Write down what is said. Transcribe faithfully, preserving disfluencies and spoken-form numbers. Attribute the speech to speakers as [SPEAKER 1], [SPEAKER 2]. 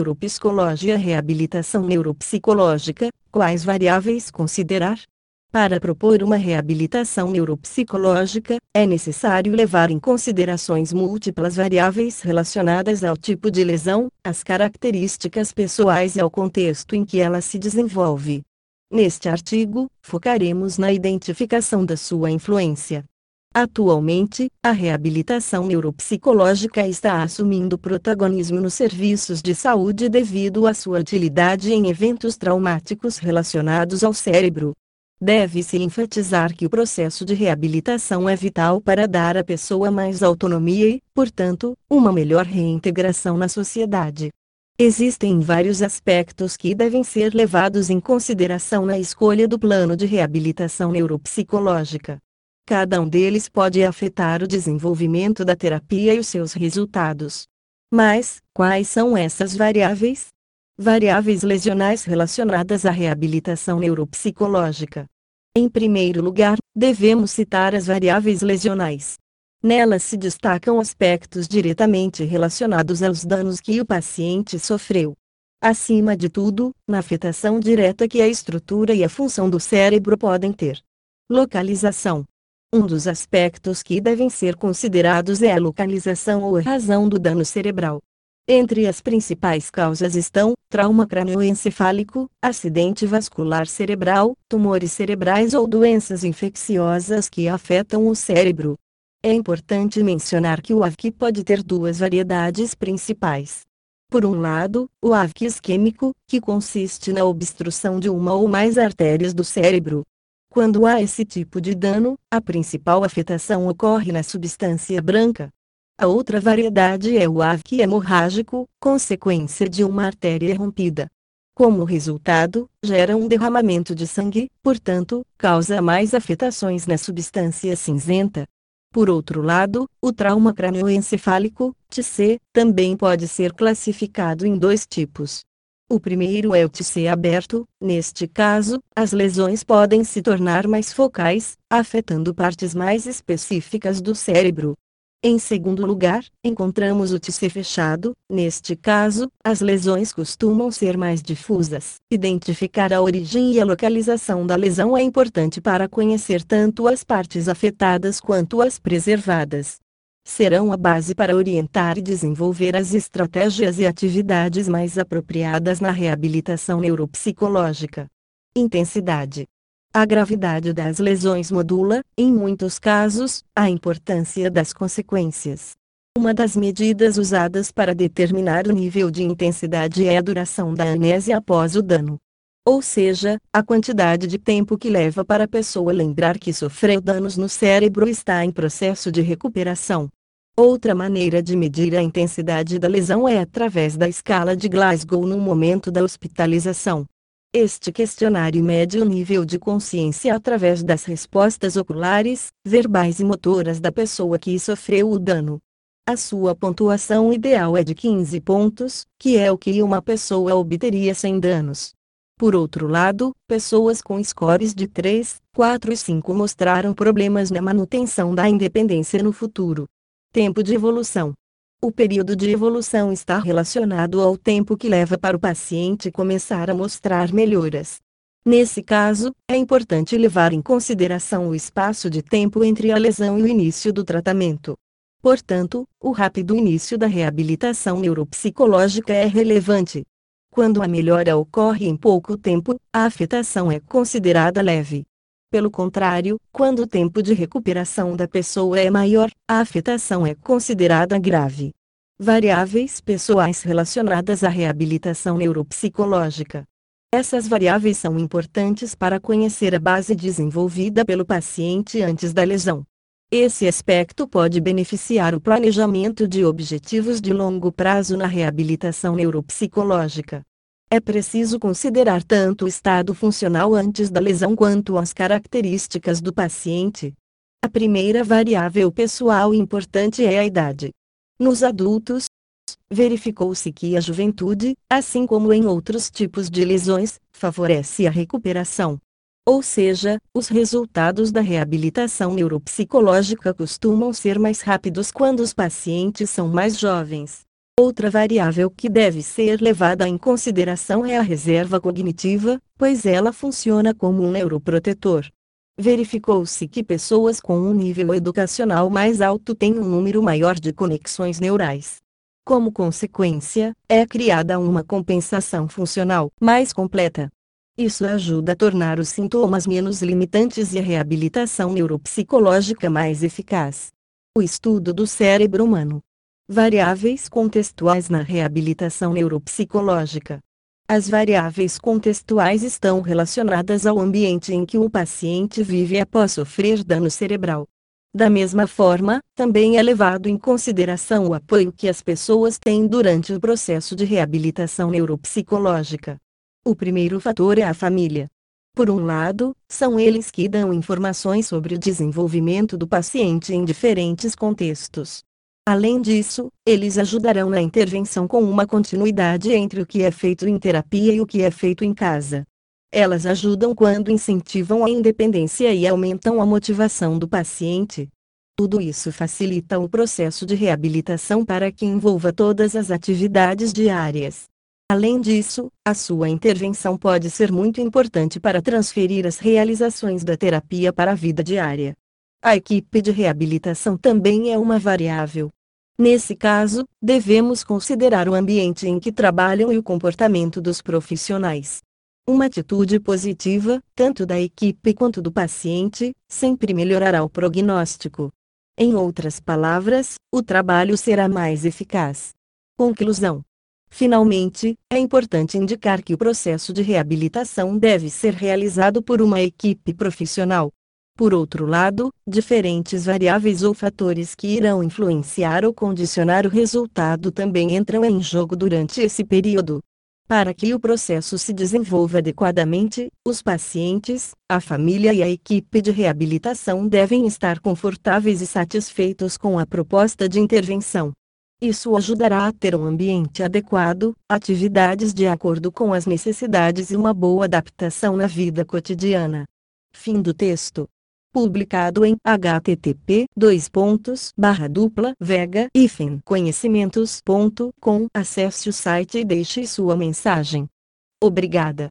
[SPEAKER 1] Neuropsicologia. Reabilitação neuropsicológica. Quais variáveis considerar? Para propor uma reabilitação neuropsicológica, é necessário levar em considerações múltiplas variáveis relacionadas ao tipo de lesão, às características pessoais e ao contexto em que ela se desenvolve. Neste artigo, focaremos na identificação da sua influência. Atualmente, a reabilitação neuropsicológica está assumindo protagonismo nos serviços de saúde devido à sua utilidade em eventos traumáticos relacionados ao cérebro. Deve-se enfatizar que o processo de reabilitação é vital para dar à pessoa mais autonomia e, portanto, uma melhor reintegração na sociedade. Existem vários aspectos que devem ser levados em consideração na escolha do plano de reabilitação neuropsicológica. Cada um deles pode afetar o desenvolvimento da terapia e os seus resultados. Mas, quais são essas variáveis? Variáveis lesionais relacionadas à reabilitação neuropsicológica. Em primeiro lugar, devemos citar as variáveis lesionais. Nelas se destacam aspectos diretamente relacionados aos danos que o paciente sofreu. Acima de tudo, na afetação direta que a estrutura e a função do cérebro podem ter. Localização. Um dos aspectos que devem ser considerados é a localização ou a razão do dano cerebral. Entre as principais causas estão trauma crânioencefálico, acidente vascular cerebral, tumores cerebrais ou doenças infecciosas que afetam o cérebro. É importante mencionar que o A V C pode ter duas variedades principais. Por um lado, o A V C isquêmico, que consiste na obstrução de uma ou mais artérias do cérebro. Quando há esse tipo de dano, a principal afetação ocorre na substância branca. A outra variedade é o A V C hemorrágico, consequência de uma artéria rompida. Como resultado, gera um derramamento de sangue, portanto, causa mais afetações na substância cinzenta. Por outro lado, o trauma crânioencefálico, T C, também pode ser classificado em dois tipos. O primeiro é o T C aberto. Neste caso, as lesões podem se tornar mais focais, afetando partes mais específicas do cérebro. Em segundo lugar, encontramos o T C fechado. Neste caso, as lesões costumam ser mais difusas. Identificar a origem e a localização da lesão é importante para conhecer tanto as partes afetadas quanto as preservadas. Serão a base para orientar e desenvolver as estratégias e atividades mais apropriadas na reabilitação neuropsicológica. Intensidade. A gravidade das lesões modula, em muitos casos, a importância das consequências. Uma das medidas usadas para determinar o nível de intensidade é a duração da amnésia após o dano. Ou seja, a quantidade de tempo que leva para a pessoa lembrar que sofreu danos no cérebro e está em processo de recuperação. Outra maneira de medir a intensidade da lesão é através da escala de Glasgow no momento da hospitalização. Este questionário mede o nível de consciência através das respostas oculares, verbais e motoras da pessoa que sofreu o dano. A sua pontuação ideal é de quinze pontos, que é o que uma pessoa obteria sem danos. Por outro lado, pessoas com scores de três, quatro e cinco mostraram problemas na manutenção da independência no futuro. Tempo de evolução. O período de evolução está relacionado ao tempo que leva para o paciente começar a mostrar melhoras. Nesse caso, é importante levar em consideração o espaço de tempo entre a lesão e o início do tratamento. Portanto, o rápido início da reabilitação neuropsicológica é relevante. Quando a melhora ocorre em pouco tempo, a afetação é considerada leve. Pelo contrário, quando o tempo de recuperação da pessoa é maior, a afetação é considerada grave. Variáveis pessoais relacionadas à reabilitação neuropsicológica. Essas variáveis são importantes para conhecer a base desenvolvida pelo paciente antes da lesão. Esse aspecto pode beneficiar o planejamento de objetivos de longo prazo na reabilitação neuropsicológica. É preciso considerar tanto o estado funcional antes da lesão quanto as características do paciente. A primeira variável pessoal importante é a idade. Nos adultos, verificou-se que a juventude, assim como em outros tipos de lesões, favorece a recuperação. Ou seja, os resultados da reabilitação neuropsicológica costumam ser mais rápidos quando os pacientes são mais jovens. Outra variável que deve ser levada em consideração é a reserva cognitiva, pois ela funciona como um neuroprotetor. Verificou-se que pessoas com um nível educacional mais alto têm um número maior de conexões neurais. Como consequência, é criada uma compensação funcional mais completa. Isso ajuda a tornar os sintomas menos limitantes e a reabilitação neuropsicológica mais eficaz. O estudo do cérebro humano. Variáveis contextuais na reabilitação neuropsicológica. As variáveis contextuais estão relacionadas ao ambiente em que o paciente vive após sofrer dano cerebral. Da mesma forma, também é levado em consideração o apoio que as pessoas têm durante o processo de reabilitação neuropsicológica. O primeiro fator é a família. Por um lado, são eles que dão informações sobre o desenvolvimento do paciente em diferentes contextos. Além disso, eles ajudarão na intervenção com uma continuidade entre o que é feito em terapia e o que é feito em casa. Elas ajudam quando incentivam a independência e aumentam a motivação do paciente. Tudo isso facilita o processo de reabilitação para que envolva todas as atividades diárias. Além disso, a sua intervenção pode ser muito importante para transferir as realizações da terapia para a vida diária. A equipe de reabilitação também é uma variável. Nesse caso, devemos considerar o ambiente em que trabalham e o comportamento dos profissionais. Uma atitude positiva, tanto da equipe quanto do paciente, sempre melhorará o prognóstico. Em outras palavras, o trabalho será mais eficaz. Conclusão. Finalmente, é importante indicar que o processo de reabilitação deve ser realizado por uma equipe profissional. Por outro lado, diferentes variáveis ou fatores que irão influenciar ou condicionar o resultado também entram em jogo durante esse período. Para que o processo se desenvolva adequadamente, os pacientes, a família e a equipe de reabilitação devem estar confortáveis e satisfeitos com a proposta de intervenção. Isso ajudará a ter um ambiente adequado, atividades de acordo com as necessidades e uma boa adaptação na vida cotidiana. Fim do texto. Publicado em h t t p dois pontos barra dupla vega hífen conhecimentos ponto com. Acesse o site e deixe sua mensagem. Obrigada.